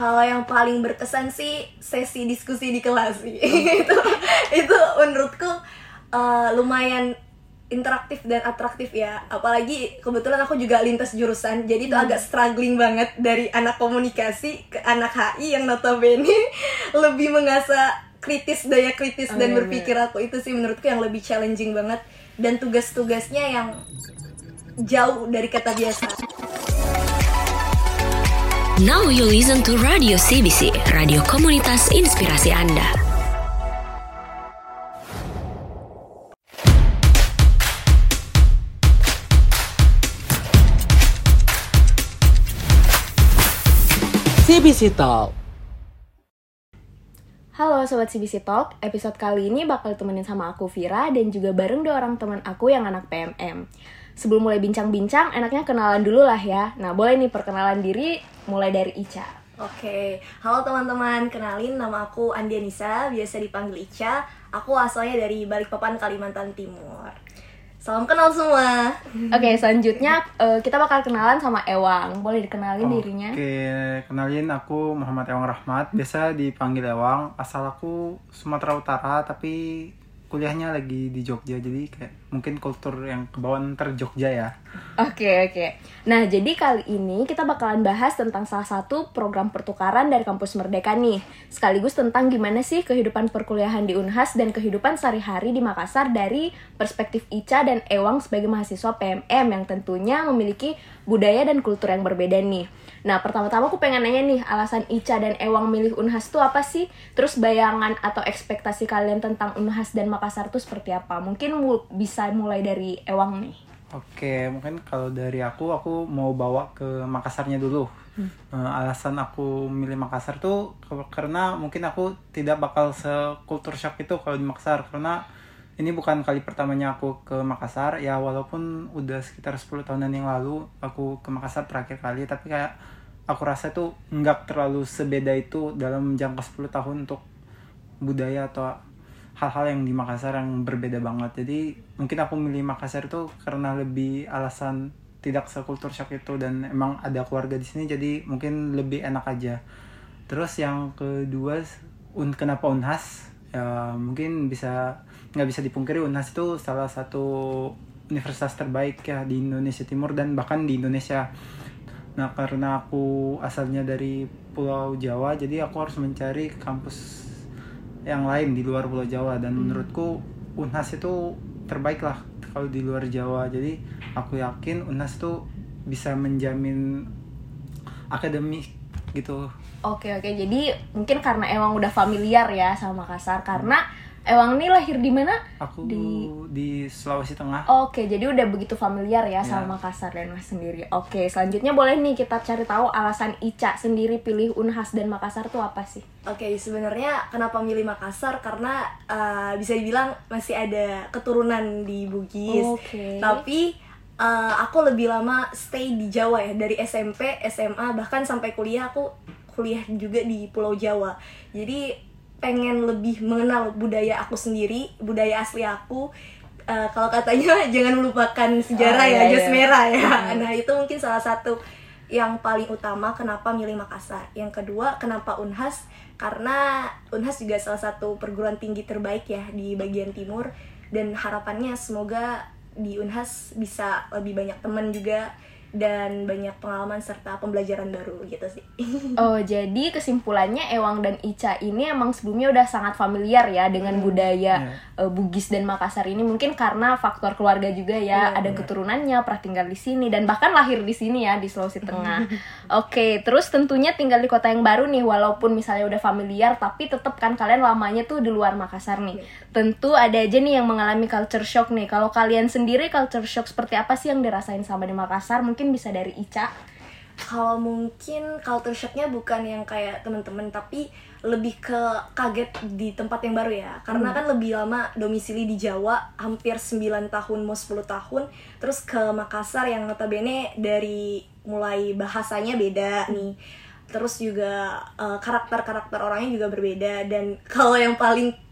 Kalau yang paling berkesan sih sesi diskusi di kelas sih. itu menurutku lumayan interaktif dan atraktif ya. Apalagi kebetulan aku juga lintas jurusan, jadi itu agak struggling banget dari anak komunikasi ke anak HI yang notabene lebih mengasah daya kritis dan berpikir aku. Itu sih menurutku yang lebih challenging banget, dan tugas-tugasnya yang jauh dari kata biasa. Now you listen to Radio CBC, radio komunitas inspirasi Anda. CBC Talk. Halo Sobat CBC Talk, episode kali ini bakal ditemenin sama aku Vira dan juga bareng 2 orang teman aku yang anak PMM. Sebelum mulai bincang-bincang, enaknya kenalan dulu lah ya. Nah, boleh nih perkenalan diri mulai dari Ica. Oke, halo teman-teman, kenalin nama aku Andianisa, biasa dipanggil Ica. Aku asalnya dari Balikpapan, Kalimantan Timur. Salam kenal semua. Oke, selanjutnya kita bakal kenalan sama Ewang. Boleh dikenalin dirinya? Oke, kenalin aku Muhammad Ewang Rahmat, biasa dipanggil Ewang. Asal aku Sumatera Utara, tapi kuliahnya lagi di Jogja, jadi kayak mungkin kultur yang kebawaan Jogja ya. Oke. Nah, jadi kali ini kita bakalan bahas tentang salah satu program pertukaran dari Kampus Merdeka nih. Sekaligus tentang gimana sih kehidupan perkuliahan di Unhas dan kehidupan sehari-hari di Makassar dari perspektif Ica dan Ewang sebagai mahasiswa PMM yang tentunya memiliki budaya dan kultur yang berbeda nih. Nah, pertama-tama aku pengen nanya nih, alasan Ica dan Ewang milih Unhas itu apa sih? Terus bayangan atau ekspektasi kalian tentang Unhas dan Makassar itu seperti apa? Mungkin bisa mulai dari Ewang nih. Oke, mungkin kalau dari aku mau bawa ke Makassarnya dulu. Alasan aku milih Makassar tuh karena mungkin aku tidak bakal se-culture shock itu kalau di Makassar, karena ini bukan kali pertamanya aku ke Makassar ya, walaupun udah sekitar 10 tahunan yang lalu aku ke Makassar terakhir kali, tapi kayak aku rasa tuh nggak terlalu sebeda itu dalam jangka 10 tahun untuk budaya atau hal-hal yang di Makassar yang berbeda banget. Jadi mungkin aku milih Makassar itu karena lebih alasan tidak sekultur shock itu, dan emang ada keluarga di sini, jadi mungkin lebih enak aja. Terus yang kedua, kenapa Unhas? Ya mungkin nggak bisa dipungkiri Unhas itu salah satu universitas terbaik ya di Indonesia Timur dan bahkan di Indonesia. Nah, karena aku asalnya dari Pulau Jawa, jadi aku harus mencari kampus yang lain di luar Pulau Jawa, dan menurutku Unhas itu terbaik lah kalau di luar Jawa. Jadi aku yakin Unhas itu bisa menjamin akademik gitu. Oke, jadi mungkin karena Ewang udah familiar ya sama Makassar, karena Ewang nih lahir di mana? Aku di Sulawesi Tengah. Oke, jadi udah begitu familiar ya sama Makassar dan Mas sendiri. Oke, selanjutnya boleh nih kita cari tahu alasan Ica sendiri pilih Unhas dan Makassar tuh apa sih? Oke, sebenarnya kenapa milih Makassar, karena bisa dibilang masih ada keturunan di Bugis. Tapi aku lebih lama stay di Jawa ya, dari SMP, SMA, bahkan sampai kuliah. Aku kuliah juga di Pulau Jawa. Jadi pengen lebih mengenal budaya aku sendiri, budaya asli aku. Kalau katanya jangan melupakan sejarah jas merah ya. Nah, itu mungkin salah satu yang paling utama kenapa milih Makassar. Yang kedua, kenapa Unhas? Karena Unhas juga salah satu perguruan tinggi terbaik ya di bagian timur, dan harapannya semoga di Unhas bisa lebih banyak teman juga dan banyak pengalaman serta pembelajaran baru gitu sih. Oh, jadi kesimpulannya Ewang dan Ica ini emang sebelumnya udah sangat familiar ya dengan budaya Bugis dan Makassar ini, mungkin karena faktor keluarga juga ya, ada keturunannya, pernah tinggal di sini dan bahkan lahir di sini ya, di Sulawesi Tengah. Oke, terus tentunya tinggal di kota yang baru nih, walaupun misalnya udah familiar, tapi tetap kan kalian lamanya tuh di luar Makassar nih. Tentu ada aja nih yang mengalami culture shock nih. Kalau kalian sendiri culture shock seperti apa sih yang dirasain sama di Makassar? Mungkin bisa dari Ica. Kalau mungkin culture shocknya bukan yang kayak teman-teman, tapi lebih ke kaget di tempat yang baru ya. Karena kan lebih lama domisili di Jawa, hampir 9 tahun mau 10 tahun. Terus ke Makassar yang notabene dari mulai bahasanya beda nih. Terus juga karakter-karakter orangnya juga berbeda. Dan kalau yang paling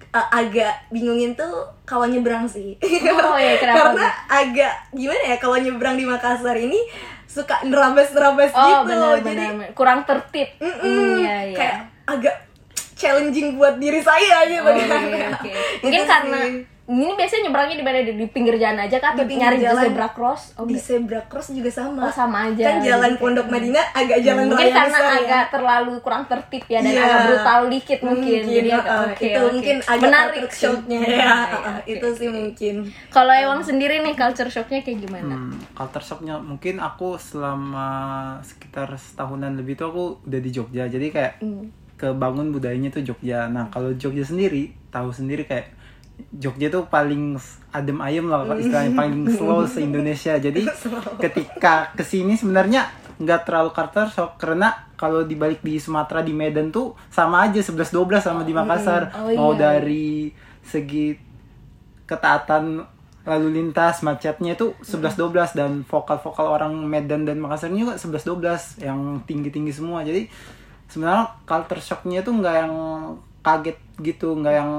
agak bingungin tuh kalau nyebrang sih. Oh ya, kenapa? Karena agak gimana ya kalau nyebrang di Makassar ini suka nerabas-nerabas oh, gitu. Bener, Jadi kurang tertib. Iya. Kayak agak challenging buat diri saya gitu. Okay. Mungkin Itu karena sih. Ini biasanya nyebrangnya di mana, di pinggir jalan aja kan, Di pinggir nyari jalan. zebra cross. Di zebra cross juga sama. Oh, sama aja. Kan jalan Jadi Pondok Madinah agak jalan mungkin raya karena besar agak ya. terlalu kurang tertib ya, dan Iya. agak brutal dikit mungkin. Jadi itu mungkin agak menarik culture sih. shock-nya ya. Oke, Itu sih mungkin. Kalau Ewang sendiri nih, culture shock-nya kayak gimana? Culture shock-nya mungkin aku selama sekitar setahunan lebih tuh aku udah di Jogja, jadi kayak kebangun budayanya tuh Jogja. Nah kalau Jogja sendiri, tahu sendiri kayak Jogja tuh paling adem ayem lah istilahnya, paling slow se-Indonesia. Jadi ketika kesini sebenarnya nggak terlalu culture shock, karena kalau dibalik di Sumatera, di Medan tuh sama aja 11-12 sama di Makassar. Mau dari segi ketaatan lalu lintas, macetnya itu 11-12, dan vokal-vokal orang Medan dan Makassar ini juga 11-12 yang tinggi-tinggi semua. Jadi sebenarnya culture shock-nya tuh nggak yang kaget gitu, nggak yang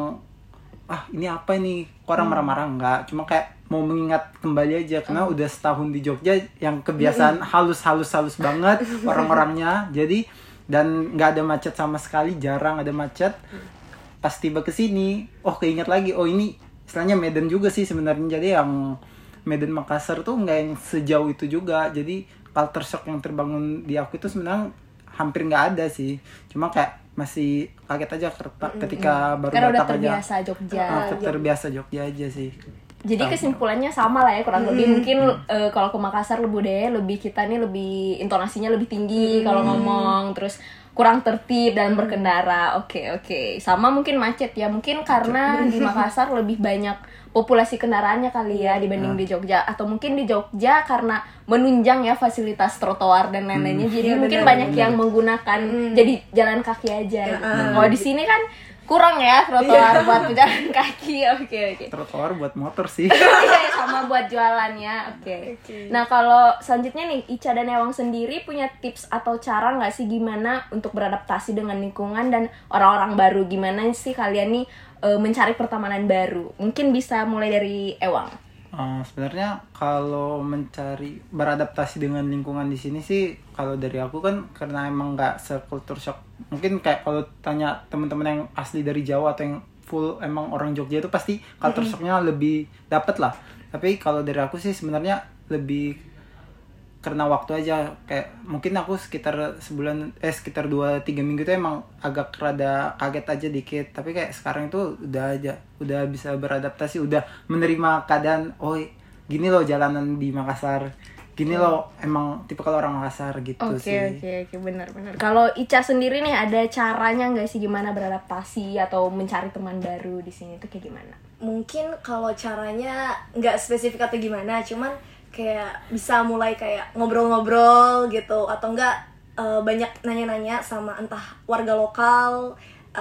ini apa ini, orang marah-marah, enggak, cuma kayak mau mengingat kembali aja, karena udah setahun di Jogja yang kebiasaan halus banget orang-orangnya. Jadi dan nggak ada macet sama sekali, jarang ada macet. Pas tiba ke sini, keinget lagi, ini istilahnya Medan juga sih sebenarnya. Jadi yang Medan Makassar tuh nggak yang sejauh itu juga. Jadi culture shock yang terbangun di aku itu sebenarnya hampir nggak ada sih, cuma kayak masih kaget aja ketika baru karena udah datang terbiasa aja. Jogja. Terbiasa Jogja aja sih. Jadi kesimpulannya sama lah ya kurang lebih. Mungkin kalau ke Makassar lebih kita nih lebih intonasinya lebih tinggi kalau ngomong, terus kurang tertib dalam berkendara. Oke. Sama mungkin macet ya. Mungkin karena di Makassar lebih banyak populasi kendaraannya kali ya dibanding di Jogja, atau mungkin di Jogja karena menunjang ya fasilitas trotoar dan lain-lainnya. Jadi mungkin banyak yang menggunakan jadi jalan kaki aja. Kalau di sini kan kurang ya trotoar buat jalan kaki. Oke. Trotoar buat motor sih. Iya, sama buat jualan ya. Oke. Nah, kalau selanjutnya nih, Ica dan Ewang sendiri punya tips atau cara nggak sih gimana untuk beradaptasi dengan lingkungan dan orang-orang baru? Gimana sih kalian nih mencari pertemanan baru? Mungkin bisa mulai dari Ewang. Sebenarnya kalau beradaptasi dengan lingkungan di sini sih, kalau dari aku kan karena emang nggak se-culture shock. Mungkin kayak kalau tanya teman-teman yang asli dari Jawa atau yang full emang orang Jogja itu pasti culture shocknya lebih dapet lah. Tapi kalau dari aku sih sebenarnya lebih karena waktu aja, kayak mungkin aku sekitar sekitar 2-3 minggu itu emang agak rada kaget aja dikit, tapi kayak sekarang itu udah bisa beradaptasi, udah menerima keadaan, gini loh jalanan di Makassar, gini loh emang tipe kalau orang Makassar gitu sih. Oke, benar. Kalau Ica sendiri nih ada caranya nggak sih gimana beradaptasi atau mencari teman baru di sini tuh kayak gimana? Mungkin kalau caranya nggak spesifik atau gimana, cuman kayak bisa mulai kayak ngobrol-ngobrol gitu, atau enggak banyak nanya-nanya sama entah warga lokal,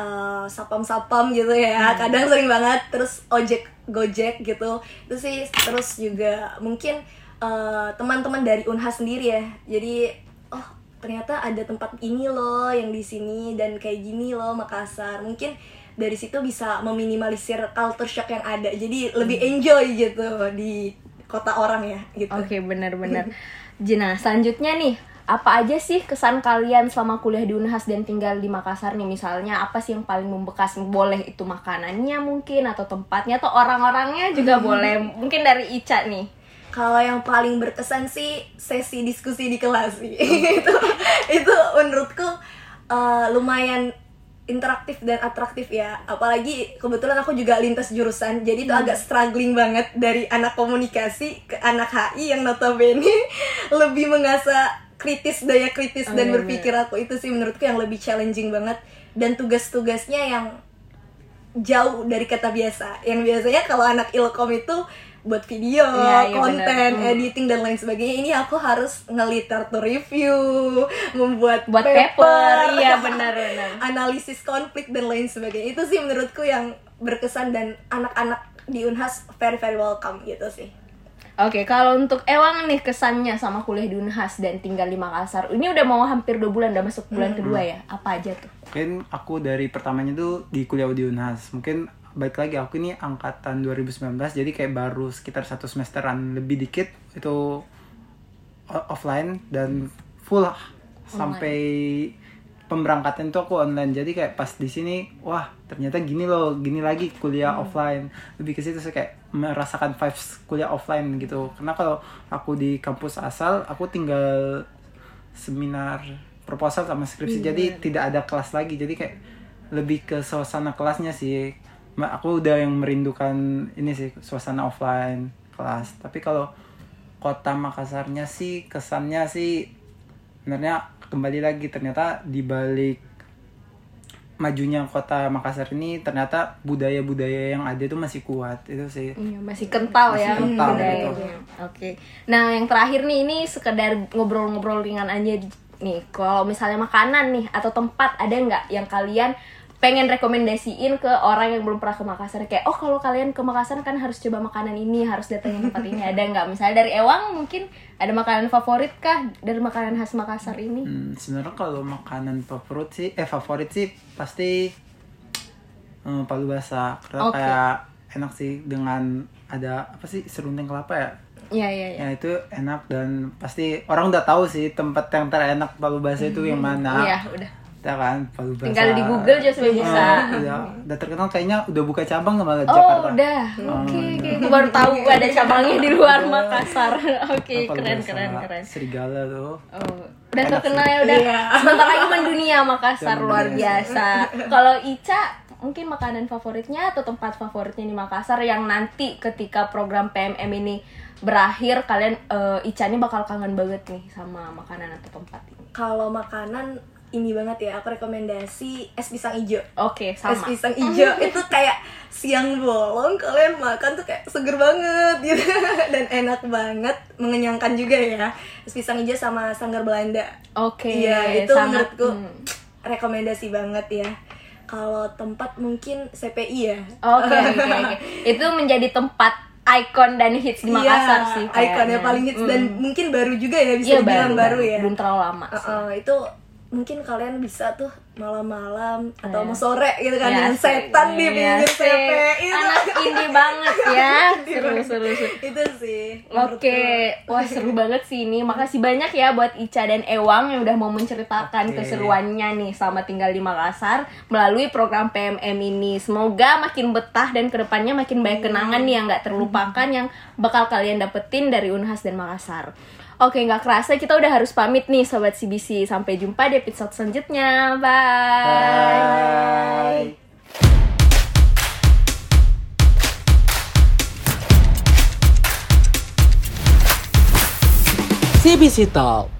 sapam-sapam gitu ya, kadang sering banget, terus gojek gitu itu sih. Terus juga mungkin teman-teman dari Unhas sendiri ya, jadi ternyata ada tempat ini loh yang di sini dan kayak gini loh Makassar. Mungkin dari situ bisa meminimalisir culture shock yang ada, jadi lebih enjoy gitu di kota orang ya gitu. Oke, benar-benar. Nah, selanjutnya nih, apa aja sih kesan kalian selama kuliah di Unhas dan tinggal di Makassar nih? Misalnya apa sih yang paling membekas? Boleh itu makanannya mungkin, atau tempatnya, atau orang-orangnya juga boleh. Mungkin dari Ica nih. Kalau yang paling berkesan sih sesi diskusi di kelas sih. itu menurutku lumayan interaktif dan atraktif ya, apalagi kebetulan aku juga lintas jurusan, jadi itu agak struggling banget dari anak komunikasi ke anak HI yang notabene lebih mengasah daya kritis dan berpikir aku. Itu sih menurutku yang lebih challenging banget, dan tugas-tugasnya yang jauh dari kata biasa, yang biasanya kalau anak ilkom itu buat video, konten, editing dan lain sebagainya. Ini aku harus nge-literatur review, membuat paper, iya benar. analisis konflik dan lain sebagainya. Itu sih menurutku yang berkesan, dan anak-anak di Unhas very welcome gitu sih. Oke, kalau untuk Ewang nih kesannya sama kuliah di Unhas dan tinggal di Makassar. Ini udah mau hampir 2 bulan, udah masuk bulan kedua ya. Apa aja tuh? Mungkin aku dari pertamanya tuh di kuliah di Unhas, mungkin baik lagi aku ini angkatan 2019, jadi kayak baru sekitar 1 semesteran lebih dikit itu offline dan full sampai pemberangkatan tuh aku online. Jadi kayak pas di sini wah ternyata gini loh, gini lagi kuliah offline. Lebih ke situ saya kayak merasakan vibes kuliah offline gitu. Karena kalau aku di kampus asal aku tinggal seminar proposal sama skripsi, jadi tidak ada kelas lagi. Jadi kayak lebih ke suasana kelasnya sih. Aku udah yang merindukan ini sih, suasana offline kelas. Tapi kalau kota Makassarnya sih kesannya sih sebenarnya kembali lagi ternyata di balik majunya kota Makassar ini ternyata budaya-budaya yang ada itu masih kuat itu sih. Iya, masih kental masih ya kental, budayanya. gitu. Oke. Nah, yang terakhir nih ini sekedar ngobrol-ngobrol ringan aja nih. Kalau misalnya makanan nih atau tempat ada nggak yang kalian pengen rekomendasiin ke orang yang belum pernah ke Makassar, kayak oh kalau kalian ke Makassar kan harus coba makanan ini, harus datangin tempat ini, ada nggak? Misalnya dari Ewang mungkin ada makanan favorit kah dari makanan khas Makassar ini? Sebenarnya kalau makanan favorit sih pasti palu basah karena kayak enak sih dengan ada apa sih serundeng kelapa ya. Iya. Ya itu enak dan pasti orang udah tahu sih tempat yang terenak palu basah itu yang mana. Iya, udah. Ya kan, palu basah. Tinggal di Google aja supaya bisa. Udah terkenal kayaknya udah buka cabang sama Jakarta. Oh, udah. Oke. Aku baru tahu ada cabangnya di luar Makassar. Oke, keren. Serigala tuh. Oh, udah terkenal ya udah. Sebentar lagi mendunia Makassar, luar biasa. Kalau Ica mungkin makanan favoritnya atau tempat favoritnya di Makassar yang nanti ketika program PMM ini berakhir kalian Ica ini bakal kangen banget nih sama makanan atau tempat ini. Kalau makanan ini banget ya, aku rekomendasi es pisang ijo. Oke, sama. Es pisang ijo itu kayak siang bolong kalian makan tuh kayak seger banget gitu dan enak banget, mengenyangkan juga ya. Es pisang ijo sama sanggar Belanda. Oke. Iya, itu menurutku rekomendasi banget ya. Kalau tempat mungkin CPI ya. Oke. Itu menjadi tempat ikon dan hits di Makassar sih. Ikonnya paling hits dan mungkin baru juga ya, bisa dibilang baru ya. Belum terlalu lama sih. Itu mungkin kalian bisa tuh malam-malam atau mau sore gitu kan dengan setan di pinggir CPI itu. Anak indie banget ya. Seru. Itu sih. Oke. Wah, seru banget sih ini. Makasih banyak ya buat Ica dan Ewang yang udah mau menceritakan keseruannya nih sama tinggal di Makassar melalui program PMM ini. Semoga makin betah dan kedepannya makin banyak kenangan nih yang gak terlupakan yang bakal kalian dapetin dari Unhas dan Makassar. Oke, gak kerasa kita udah harus pamit nih Sobat CBC. Sampai jumpa di episode selanjutnya. Bye. CBC Talk.